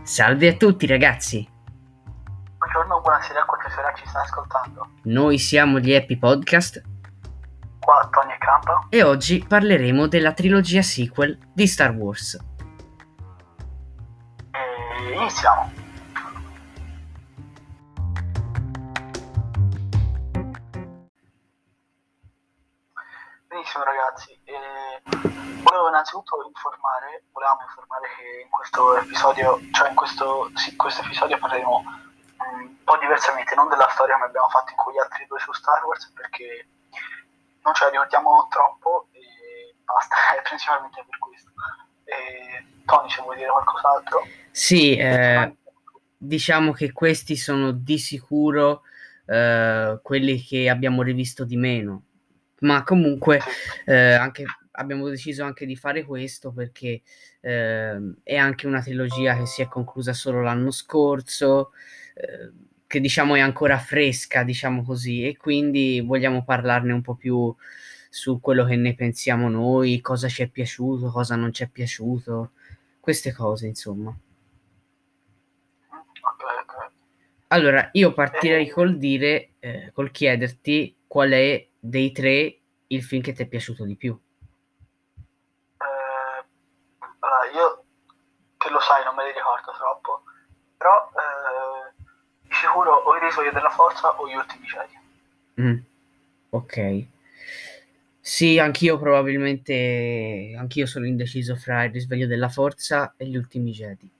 Salve a tutti ragazzi, Buongiorno, buonasera a qualsiasi ora ci sta ascoltando. noi siamo gli Happy Podcast Qua Tony e Campa. e oggi parleremo della trilogia sequel di Star Wars. E iniziamo. Benissimo ragazzi, volevamo informare che in questo episodio, questo episodio parleremo un po' diversamente, non della storia come abbiamo fatto in quegli altri due su Star Wars, perché non ce la ricordiamo troppo e basta, è principalmente per questo. Tony, se vuoi dire qualcos'altro? Sì, diciamo che questi sono di sicuro quelli che abbiamo rivisto di meno, ma comunque abbiamo deciso anche di fare questo perché è anche una trilogia che si è conclusa solo l'anno scorso, che diciamo è ancora fresca, diciamo così, e quindi vogliamo parlarne un po' più su quello che ne pensiamo noi, cosa ci è piaciuto, cosa non ci è piaciuto, queste cose, insomma. Ok. Allora, io partirei col chiederti qual è dei tre il film che ti è piaciuto di più. Allora, io, che lo sai, non me li ricordo troppo, però di sicuro o il risveglio della forza o gli ultimi Jedi. Ok. Sì, anch'io sono indeciso fra il risveglio della forza e gli ultimi Jedi.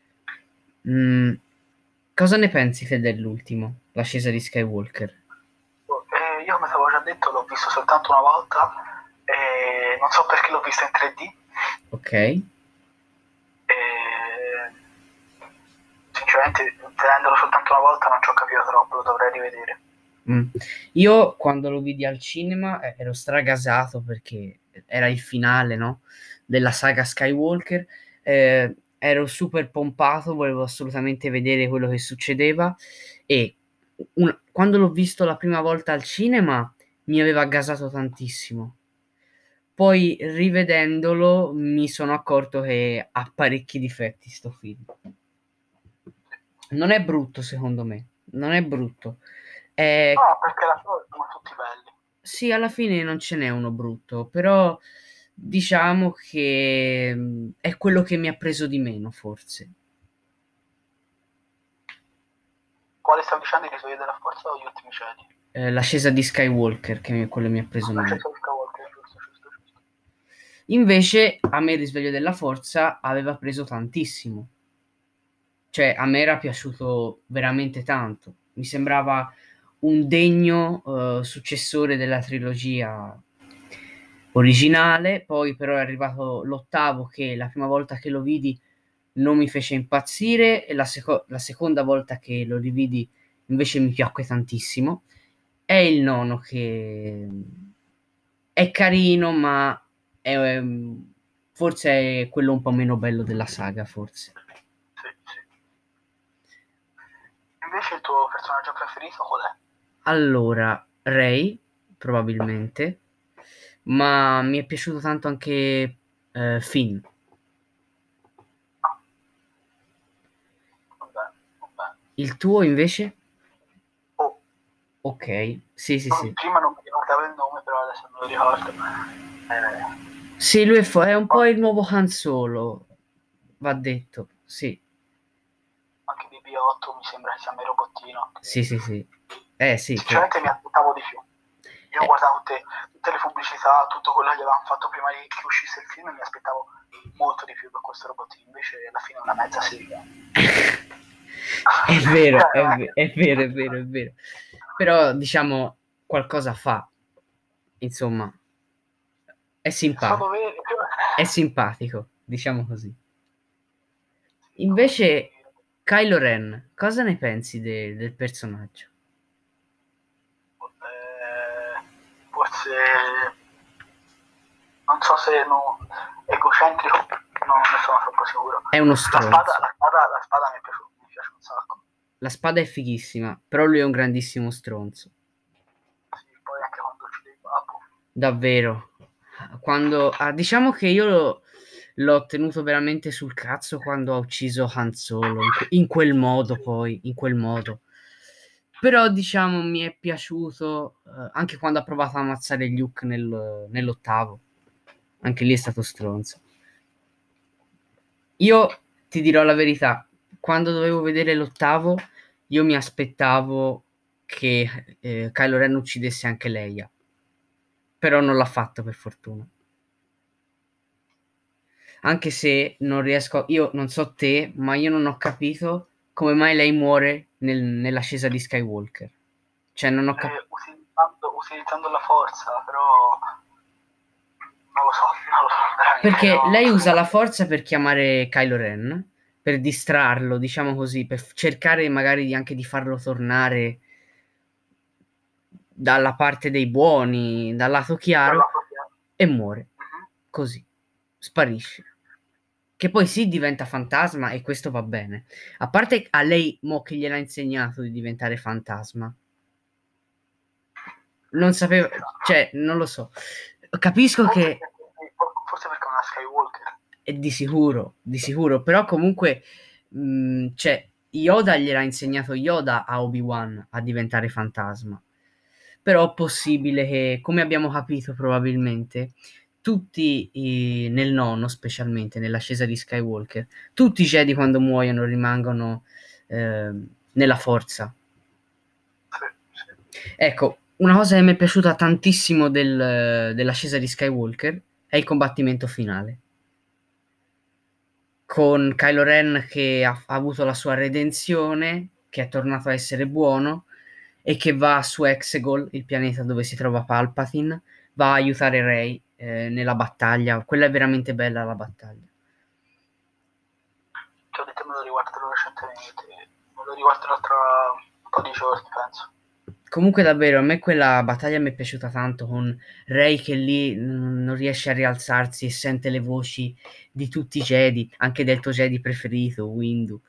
Cosa ne pensi te dell'ultimo, l'ascesa di Skywalker? Io, come ti avevo già detto, l'ho visto soltanto una volta e non so perché l'ho visto in 3D. Ok. E sinceramente, vedendolo soltanto una volta non ci ho capito troppo, lo dovrei rivedere. Io quando lo vidi al cinema ero stragasato perché era il finale, no? Della saga Skywalker. Ero super pompato, volevo assolutamente vedere quello che succedeva e quando l'ho visto la prima volta al cinema mi aveva gasato tantissimo. Poi rivedendolo mi sono accorto che ha parecchi difetti sto film. Non è brutto secondo me, non è brutto. No, perché alla fine sono tutti belli. Sì, alla fine non ce n'è uno brutto, però diciamo che è quello che mi ha preso di meno, forse. Quale stavi dicendo, il risveglio della forza o gli ultimi Jedi? L'ascesa di Skywalker, quello mi ha preso La meno. scelta di Skywalker, giusto. Invece, a me il risveglio della forza aveva preso tantissimo. Cioè, a me era piaciuto veramente tanto. Mi sembrava un degno successore della trilogia originale. Poi, però, è arrivato l'ottavo, che la prima volta che lo vidi non mi fece impazzire, e la seconda volta che lo rividi invece mi piacque tantissimo. È il nono che è carino, ma forse è quello un po' meno bello della saga, forse. Sì. Invece il tuo personaggio preferito qual è? Allora, Rey, probabilmente, ma mi è piaciuto tanto anche Finn. Vabbè. Il tuo invece? Oh, Ok, sì. prima non mi ricordavo il nome, però adesso me lo ricordo. Sì, è un po' il nuovo Han Solo, va detto, sì. Anche BB-8 mi sembra che sia un robottino. Sì. Sì, Sinceramente mi aspettavo di più. Io ho eh, guardato tutte le pubblicità, tutto quello che avevano fatto prima che uscisse il film, e mi aspettavo molto di più per questo robottino. Invece alla fine è una mezza sega. È vero, è vero. Però, diciamo, qualcosa fa. Insomma, è Sono simpatico. veri. È simpatico, diciamo così. No, posso Invece, dire. Kylo Ren, cosa ne pensi del personaggio? Forse non so se egocentrico, non ne sono troppo sicuro. È uno stronzo. La spada mi piace un sacco. La spada è fighissima, però lui è un grandissimo stronzo. Sì, poi anche quando uccide il babbo. Davvero. Diciamo che io l'ho tenuto veramente sul cazzo quando ha ucciso Han Solo, in quel modo poi, in quel modo. Però diciamo mi è piaciuto anche quando ha provato a ammazzare Luke nell'8º. Anche lì è stato stronzo. Io ti dirò la verità, quando dovevo vedere l'8º, io mi aspettavo che Kylo Ren uccidesse anche Leia. Però non l'ha fatto per fortuna. Anche se non riesco, io non so te, ma io non ho capito come mai lei muore nell'ascesa di Skywalker. Cioè non ho capito. Utilizzando la forza, però non lo so, veramente. Perché lei usa la forza per chiamare Kylo Ren, per distrarlo, diciamo così, per cercare magari anche di farlo tornare dalla parte dei buoni, dal lato chiaro, e muore. Così. Sparisce. Che poi sì diventa fantasma e questo va bene. A parte a lei mo che gliel'ha insegnato di diventare fantasma. Non sapevo, cioè, non lo so. Capisco che Forse perché è una Skywalker. è di sicuro, però comunque cioè, Yoda gliel'ha insegnato Yoda a Obi-Wan a diventare fantasma. Però è possibile che, come abbiamo capito probabilmente, tutti nel nono, specialmente nell'ascesa di Skywalker, tutti i Jedi quando muoiono rimangono nella forza. Ecco, una cosa che mi è piaciuta tantissimo dell'ascesa di Skywalker è il combattimento finale. Con Kylo Ren che ha avuto la sua redenzione, che è tornato a essere buono e che va su Exegol, il pianeta dove si trova Palpatine, va a aiutare Rey nella battaglia. Quella è veramente bella la battaglia. Ti ho detto me lo riguarderò recentemente, me lo riguarderò tra un po' di giorni, penso. Comunque davvero a me quella battaglia mi è piaciuta tanto con Rey che lì non riesce a rialzarsi e sente le voci di tutti i Jedi, anche del tuo Jedi preferito, Windu.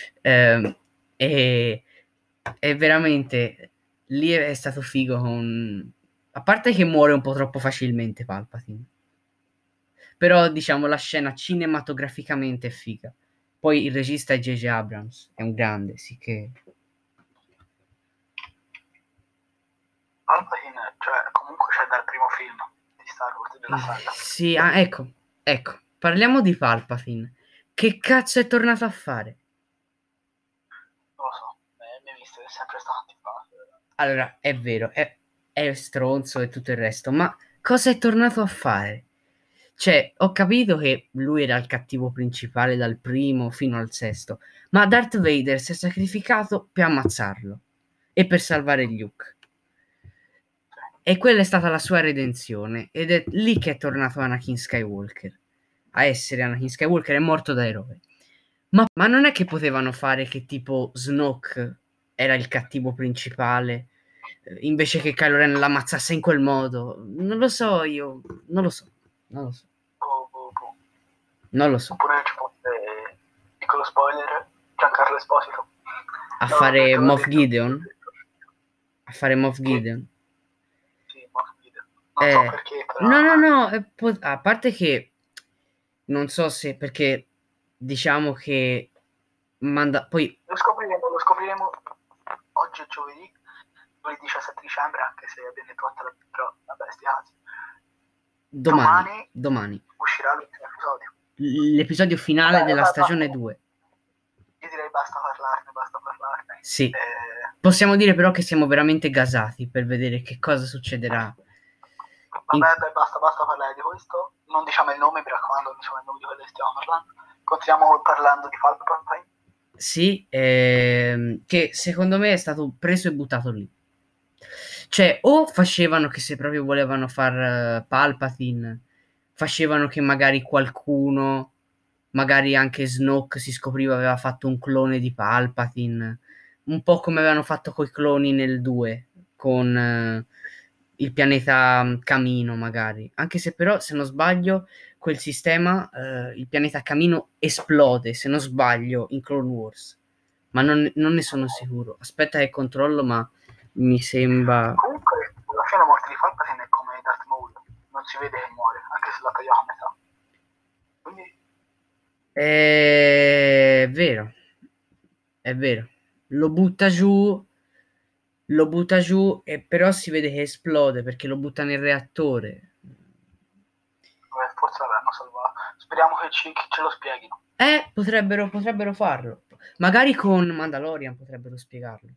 E veramente lì è stato figo a parte che muore un po' troppo facilmente Palpatine. Però diciamo la scena cinematograficamente è figa. Poi il regista è J.J. Abrams, è un grande, sì che... Palpatine, cioè, comunque c'è dal primo film di Star Wars, della saga. Sì, ecco, parliamo di Palpatine. Che cazzo è tornato a fare? Non lo so, mi visto, è sempre stato antipatico. Allora, è vero, è stronzo e tutto il resto, ma cosa è tornato a fare? Cioè, ho capito che lui era il cattivo principale dal primo fino al sesto, ma Darth Vader si è sacrificato per ammazzarlo e per salvare Luke. E quella è stata la sua redenzione, ed è lì che è tornato Anakin Skywalker. A essere Anakin Skywalker, è morto da eroe. Ma non è che potevano fare che tipo Snoke era il cattivo principale, invece che Kylo Ren l'ammazzasse in quel modo? Non lo so, io non lo so. Non lo so. Non lo so. Oppure ci fosse, piccolo spoiler, Giancarlo Esposito. A fare Moff Gideon? A fare Moff Gideon? Sì, Moff Gideon. Non so perché, però... No, a parte che non so se perché diciamo che poi Lo scopriremo oggi è giovedì 17 dicembre, anche se è ben fatta la bestia. domani uscirà l'ultimo episodio. L'episodio finale della stagione 2. Io direi basta parlarne. Sì. Possiamo dire però che siamo veramente gasati per vedere che cosa succederà. Vabbè, basta parlare di questo. Non diciamo il nome, mi raccomando, non diciamo il nome di quello che stiamo parlando. Continuiamo parlando di Palpatine. Sì, che secondo me è stato preso e buttato lì. Cioè, o facevano che se proprio volevano far Palpatine, facevano che magari qualcuno, magari anche Snoke si scopriva aveva fatto un clone di Palpatine, un po' come avevano fatto coi cloni nel 2, con il pianeta Camino magari. Anche se però, se non sbaglio, quel sistema, il pianeta Camino esplode, se non sbaglio, in Clone Wars. Ma non ne sono sicuro. Aspetta che controllo, ma mi sembra... Comunque, alla fine la morte di Palpatine è come Darth Maul. Non si vede che muore, anche se la tagliava a metà. Quindi È vero, è vero. Lo butta giù, lo butta giù e però si vede che esplode perché lo butta nel reattore. Forse l'avranno salvato. Speriamo che ce lo spieghino. Potrebbero farlo. Magari con Mandalorian potrebbero spiegarlo.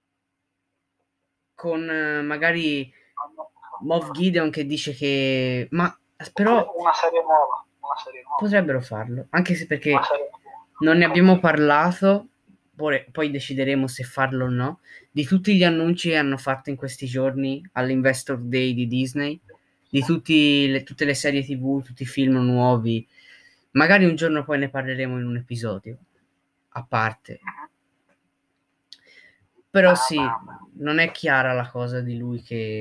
Con magari Ah, no, Moff Gideon che dice che... Ma oppure però una serie nuova. Una serie nuova. potrebbero farlo, anche se Una perché serie nuova. non ne abbiamo Così. parlato, poi decideremo se farlo o no, di tutti gli annunci che hanno fatto in questi giorni all'Investor Day di Disney, di tutte le serie TV, tutti i film nuovi. Magari un giorno poi ne parleremo in un episodio, a parte. Mhm. Però Vabbè, sì, vabbè. non è chiara la cosa di lui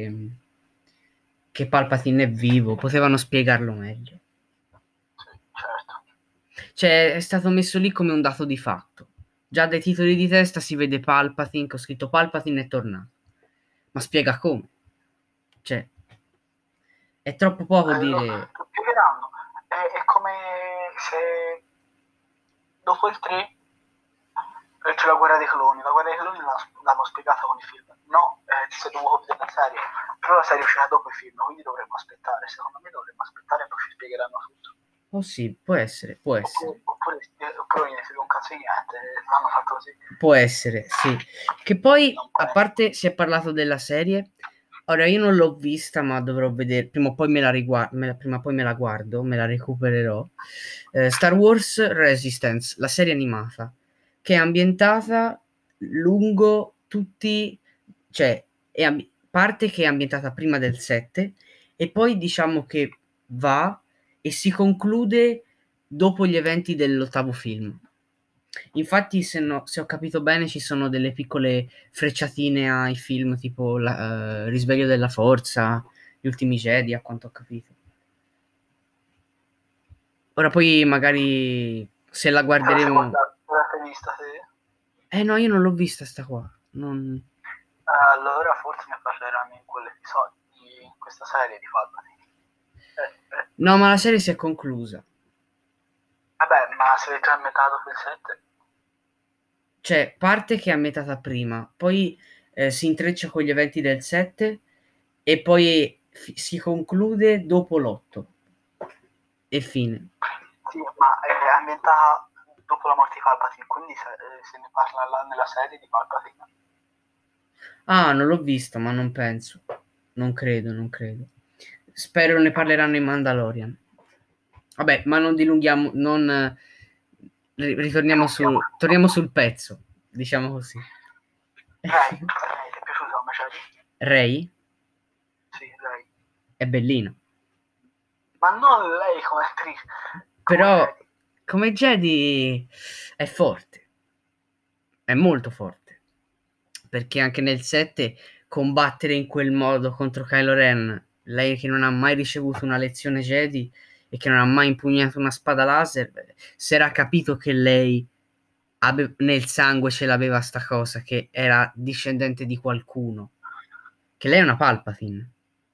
che Palpatine è vivo, potevano spiegarlo meglio. Sì, certo. Cioè, è stato messo lì come un dato di fatto. Già dai titoli di testa si vede Palpatine, che ho scritto Palpatine è tornato. Ma spiega come? Cioè, è troppo poco dire... Lo spiegheranno. È come se dopo il 3 c'è la guerra dei cloni. La guerra dei cloni l'hanno spiegata con i film. No, se dovevo vedere la serie. Però la serie uscirà dopo i film, quindi dovremmo aspettare. Secondo me dovremmo aspettare e poi ci spiegheranno tutto. Oh sì, può essere, può essere. Oppure non ne frega un cazzo di niente, l'hanno fatto così. Può essere, sì. Che poi, Non a penso. parte si è parlato della serie, ora io non l'ho vista, ma dovrò vedere, prima o poi me la prima o poi me la guardo, me la recupererò. Star Wars Resistance, la serie animata, che è ambientata lungo tutti, cioè, parte che è ambientata prima del 7 e poi diciamo che va e si conclude dopo gli eventi dell'ottavo film. Infatti, se ho capito bene, ci sono delle piccole frecciatine ai film tipo Risveglio della Forza, Gli Ultimi Jedi, a quanto ho capito. Ora poi magari se la Te la sei guarderemo... guardata, te la sei vista, sì? Eh no, io non l'ho vista sta qua. Non... Allora forse ne parleranno in quell'episodio, in questa serie di Palpatine. No, ma la serie si è conclusa. Vabbè, ma sei già a metà dopo il 7? Cioè, parte che è ambientata prima, poi si intreccia con gli eventi del 7 e poi si conclude dopo l'8 e fine. Sì, ma è ambientata dopo la morte di Palpatine, quindi se ne parla là nella serie di Palpatine. Ah, non l'ho visto, ma non penso. Non credo, non credo. Spero ne parleranno in Mandalorian. Vabbè, ma non dilunghiamo, non ritorniamo Dilunghiamo. torniamo sul pezzo, diciamo così. Lei, ti è piaciuto come Jedi? Rey Sì, lei. è bellino, Ma non lei come attrice, come però Jedi. come Jedi è forte, è molto forte, perché anche nel 7 combattere in quel modo contro Kylo Ren, lei che non ha mai ricevuto una lezione Jedi e che non ha mai impugnato una spada laser, si era capito che lei nel sangue ce l'aveva sta cosa, che era discendente di qualcuno, che lei è una Palpatine,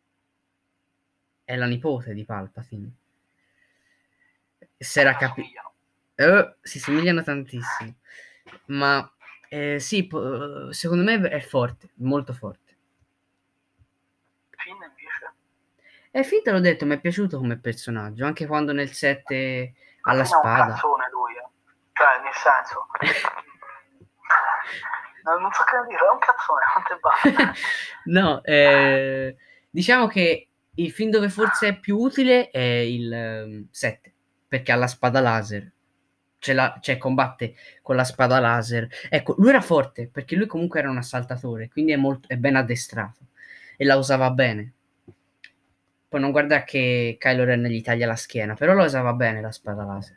è la nipote di Palpatine. Si Si era capito. assomigliano. Si somigliano tantissimo, ma sì, secondo me è forte, molto forte. Finn invece. E fin te l'ho detto, mi è piaciuto come personaggio, anche quando nel 7 ha Alla la fine è un spada. cazzone lui, eh. Cioè, nel senso. Non so che dire, è un cazzone, quanto è basta. No, diciamo che il film dove forse è più utile è il 7, perché ha la spada laser, cioè combatte con la spada laser. Ecco, lui era forte, perché lui comunque era un assaltatore, quindi è ben addestrato e la usava bene. Poi non guarda che Kylo Ren gli taglia la schiena, però la usava bene la spada laser.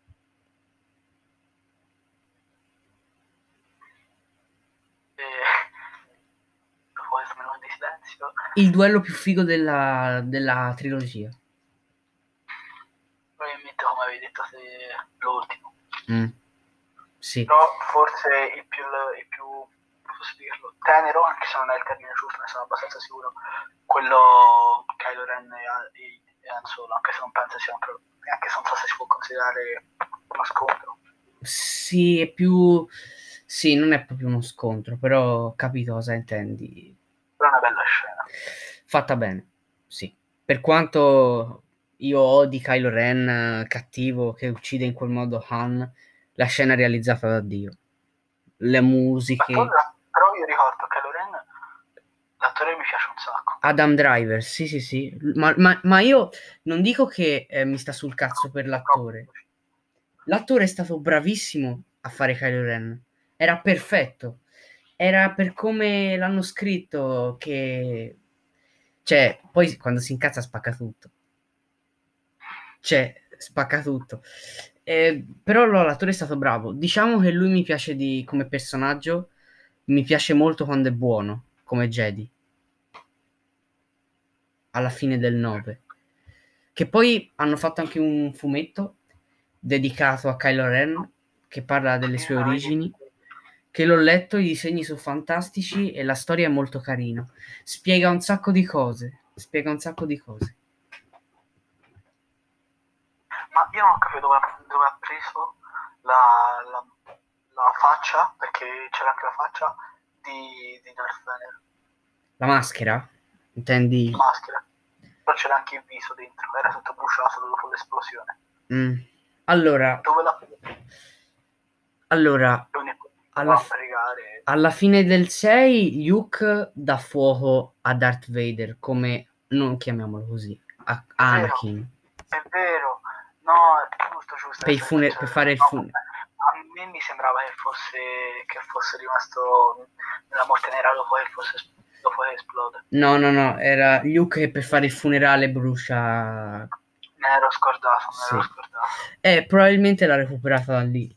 E dopo questo minuto di silenzio, Il duello più figo della trilogia. probabilmente come avevi detto l'ultimo. Mm, sì. Però forse il più, posso dirlo, tenero, anche se non è il termine giusto, ne sono abbastanza sicuro, quello Kylo Ren e Han Solo, anche se non penso sia anche se non so se si può considerare uno scontro. Sì, è più... Sì, non è proprio uno scontro, però ho capito cosa intendi. Però è una bella scena. Fatta bene, sì. Per quanto io odi Kylo Ren cattivo che uccide in quel modo Han, la scena è realizzata da Dio. Le musiche... Però io ricordo che Loren, l'attore mi piace un sacco. Adam Driver, sì, sì, sì. Ma io non dico che mi sta sul cazzo per l'attore. L'attore è stato bravissimo a fare Kylo Ren. Era perfetto. Era per come l'hanno scritto che... Cioè, poi quando si incazza spacca tutto. Cioè, spacca tutto. Però l'attore è stato bravo. Diciamo che lui mi piace come personaggio. Mi piace molto quando è buono, come Jedi. Alla fine del 9. Che poi hanno fatto anche un fumetto dedicato a Kylo Ren che parla delle sue origini. Che l'ho letto, i disegni sono fantastici e la storia è molto carina. Spiega un sacco di cose. Spiega un sacco di cose. Ma io non ho capito dove ha preso la faccia, perché c'era anche la faccia di Darth Vader. La maschera? Intendi? La maschera. Però c'era anche il viso dentro, era tutto bruciato dopo l'esplosione. Allora, Dove l'ha alla fine del 6 Luke dà fuoco a Darth Vader, come, non chiamiamolo così, a Anakin. È vero, no, è giusto. Per fare il funerale. A me mi sembrava che fosse rimasto nella morte nera dopo che esplode. No, era Luke che per fare il funerale brucia. Me ne ero scordato. Probabilmente l'ha recuperata da lì.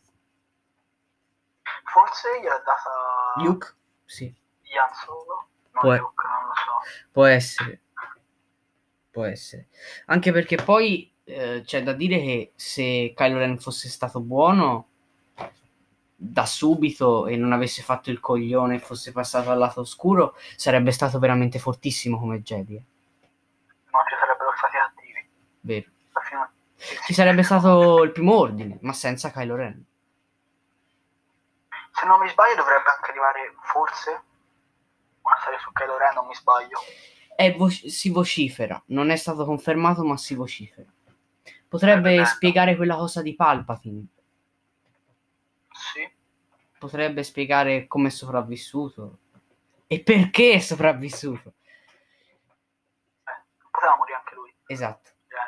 Forse gliel'ha data Luke? Sì. Ian Solo? No, Luke, non lo so. Può essere. Anche perché poi c'è da dire che se Kylo Ren fosse stato buono da subito e non avesse fatto il coglione e fosse passato al lato oscuro, sarebbe stato veramente fortissimo come Jedi. Ma ci sarebbero stati attivi. Vero. Ci sarebbe stato il primo ordine, ma senza Kylo Ren. Se non mi sbaglio dovrebbe anche arrivare forse una serie su Kylo Ren, non mi sbaglio. Si vocifera, non è stato confermato, ma si vocifera. Potrebbe spiegare quella cosa di Palpatine. Sì. Potrebbe spiegare come è sopravvissuto e perché è sopravvissuto. Poteva morire anche lui. Esatto.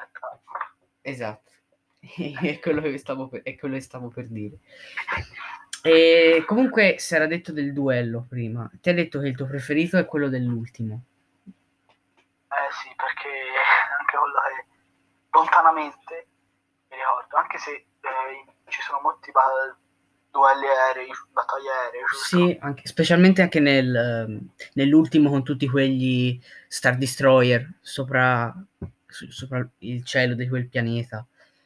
È quello che stavo per dire. E comunque si era detto del duello prima. Ti ha detto che il tuo preferito è quello dell'ultimo. Sì, perché anche quello che lontanamente mi ricordo, anche se ci sono molti duelli aerei, battaglie aeree, giusto? Sì, specialmente anche nell'ultimo con tutti quegli Star Destroyer sopra il cielo di quel pianeta.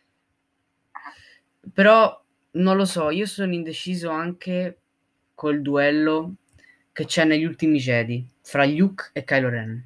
Però non lo so, io sono indeciso anche col duello che c'è negli ultimi Jedi fra Luke e Kylo Ren.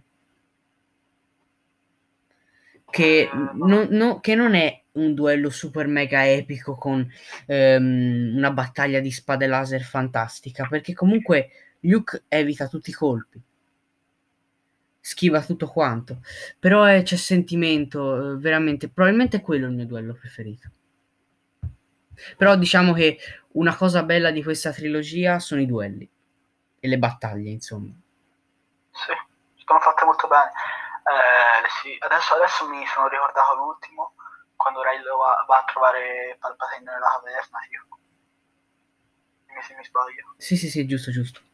Che non è un duello super mega epico con una battaglia di spade laser fantastica, perché comunque Luke evita tutti i colpi, schiva tutto quanto, però c'è sentimento, veramente, probabilmente è quello il mio duello preferito. Però diciamo che una cosa bella di questa trilogia sono i duelli e le battaglie, insomma. Sì, sono fatte molto bene. Sì, adesso mi sono ricordato l'ultimo, quando Reylo va a trovare Palpatine nella caverna, tipo. Se mi sbaglio. Sì, giusto.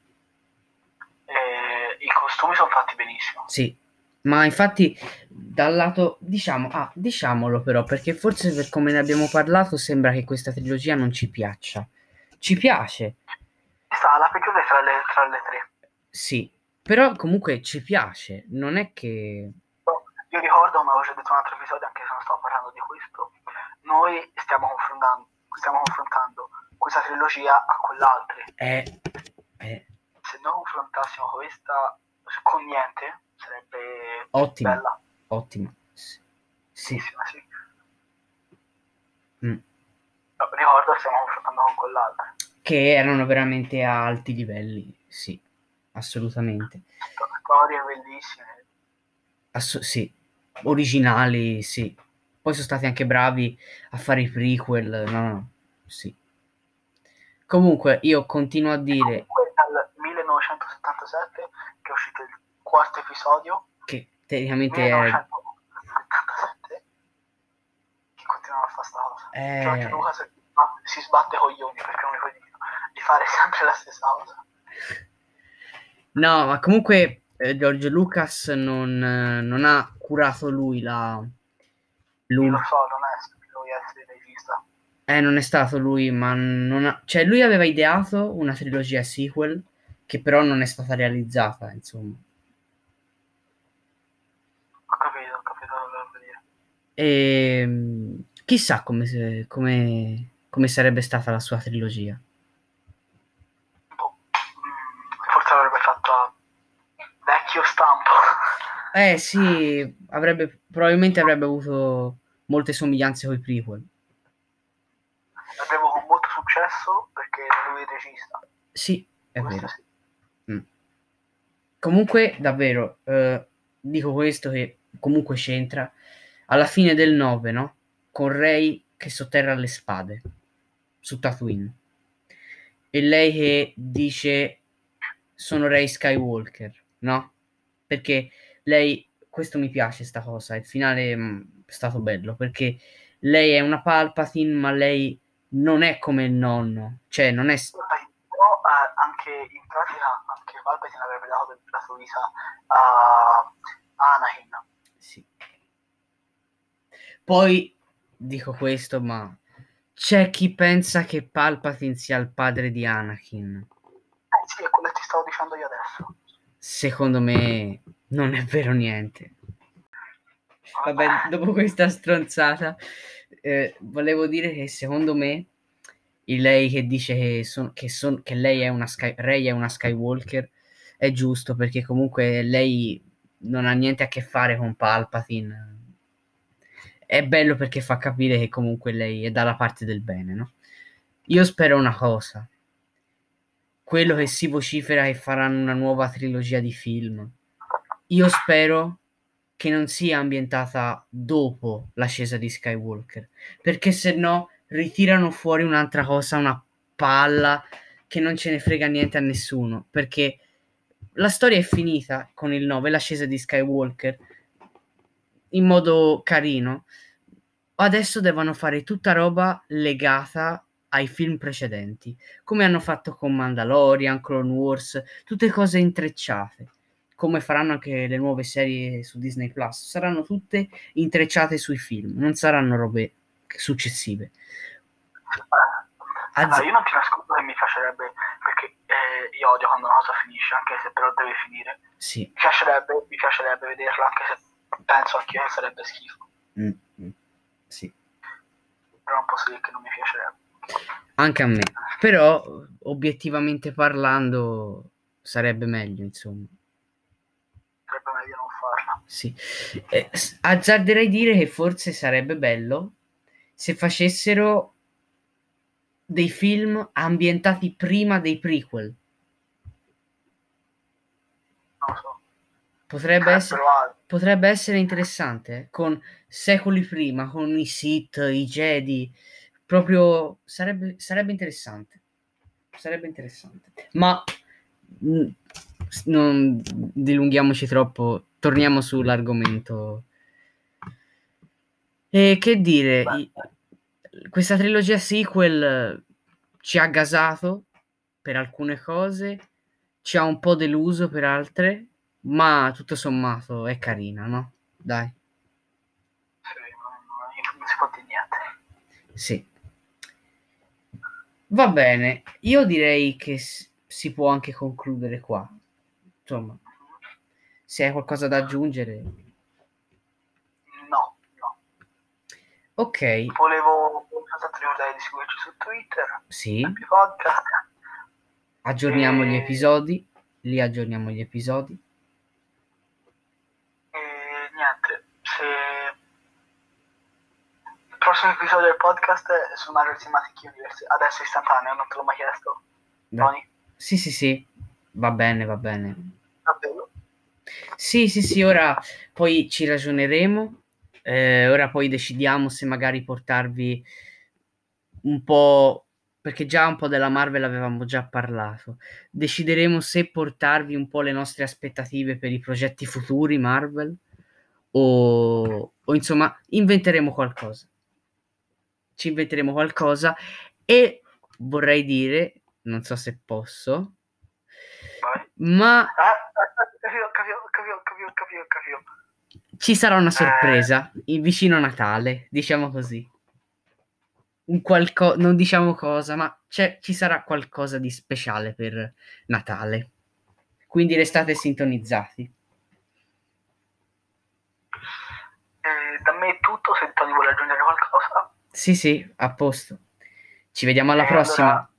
I costumi sono fatti benissimo. Sì, ma infatti dal lato, diciamolo però, perché forse per come ne abbiamo parlato sembra che questa trilogia non ci piaccia. Ci piace. È stata la peggiore tra le tre. Sì, però comunque ci piace, non è che... Io ricordo, come avevo già detto in un altro episodio, anche se non stavo parlando di questo, noi stiamo confrontando questa trilogia a quell'altra. Se noi confrontassimo questa con niente, sarebbe bella. Ottima. Sì. Sì. Mm. Ricordo stiamo confrontando con quell'altro. Che erano veramente a alti livelli, sì, assolutamente. Storie bellissime. Sì, originali, sì. Poi sono stati anche bravi a fare i prequel, no, sì. Comunque, io continuo a dire Comunque dal 1977 che è uscito il quarto episodio, che tecnicamente 1977, che continuano a fare sta cosa. George è... Lucas si sbatte coglioni perché non mi puoi dire di fare sempre la stessa cosa. No, ma comunque George Lucas non ha curato lui la... Sì, lo l'ul- so, non è lui essere regista. non è stato lui, ma non ha... Cioè, lui aveva ideato una trilogia sequel che però non è stata realizzata, insomma. Ho capito cosa vuol dire. E chissà come sarebbe stata la sua trilogia. Boh, forse l'avrebbe fatto a vecchio stampo. Sì, probabilmente avrebbe avuto molte somiglianze con i prequel. L'avevo con molto successo perché era lui il regista. Sì, è Questo vero. sì. Mm. Comunque, davvero, dico questo che comunque c'entra. Alla fine del 9, no? Con Rey che sotterra le spade su Tatooine. E lei che dice sono Rey Skywalker, no? Perché lei, questo mi piace sta cosa, il finale è stato bello, perché lei è una Palpatine, ma lei non è come il nonno, cioè non è... Però anche in pratica anche Palpatine avrebbe dato la sua vita a Anakin. Sì. Poi dico questo, ma c'è chi pensa che Palpatine sia il padre di Anakin. Sì, è quello che ti stavo dicendo io adesso. Secondo me non è vero niente. Vabbè, dopo questa stronzata, volevo dire che secondo me lei che dice che lei è Rey è una Skywalker è giusto perché comunque lei non ha niente a che fare con Palpatine. È bello perché fa capire che comunque lei è dalla parte del bene, no? Io spero una cosa, quello che si vocifera è che faranno una nuova trilogia di film. Io spero che non sia ambientata dopo l'ascesa di Skywalker, perché se no ritirano fuori un'altra cosa, una palla che non ce ne frega niente a nessuno, perché la storia è finita con il 9, l'ascesa di Skywalker, in modo carino. Adesso devono fare tutta roba legata ai film precedenti, come hanno fatto con Mandalorian, Clone Wars, tutte cose intrecciate, come faranno anche le nuove serie su Disney Plus, saranno tutte intrecciate sui film, non saranno robe successive. Allora, io non ti nascondo che mi piacerebbe, perché io odio quando una cosa finisce, anche se però deve finire. Sì. Mi piacerebbe vederla, anche se penso anch'io che sarebbe schifo. Sì. Però non posso dire che non mi piacerebbe. Anche a me, però obiettivamente parlando sarebbe meglio, insomma. Sarebbe meglio non farla. Sì. Azzarderei dire che forse sarebbe bello se facessero dei film ambientati prima dei prequel. Non lo so. Potrebbe essere interessante, con secoli prima, con i Sith, i Jedi, proprio sarebbe interessante. Sarebbe interessante. Ma non dilunghiamoci troppo, torniamo sull'argomento. E che dire, questa trilogia sequel ci ha gasato per alcune cose, ci ha un po' deluso per altre, ma tutto sommato è carina, no? Dai. Sì, non si può dire niente. Sì. Va bene, io direi che si può anche concludere qua. Insomma, se hai qualcosa da aggiungere. No. Ok. Volevo soltanto ricordare di seguirci su Twitter, Sì. podcast. Aggiorniamo gli episodi. Lì aggiorniamo gli episodi. E niente, se prossimo episodio del podcast è su Marvel Cinematic Universe, adesso istantaneo, non te l'ho mai chiesto. Tony? Sì, va bene. Davvero? Sì, ora poi ci ragioneremo, ora poi decidiamo se magari portarvi un po', perché già un po' della Marvel avevamo già parlato, decideremo se portarvi un po' le nostre aspettative per i progetti futuri Marvel o insomma inventeremo qualcosa. Ci inventeremo qualcosa e vorrei dire, non so se posso, Vai. ma Capito. ci sarà una sorpresa vicino a Natale, diciamo così. Non diciamo cosa, ma ci sarà qualcosa di speciale per Natale. Quindi restate sintonizzati. Da me è tutto, se Tony vuole aggiungere qualcosa. Sì, a posto. Ci vediamo alla prossima. Allora,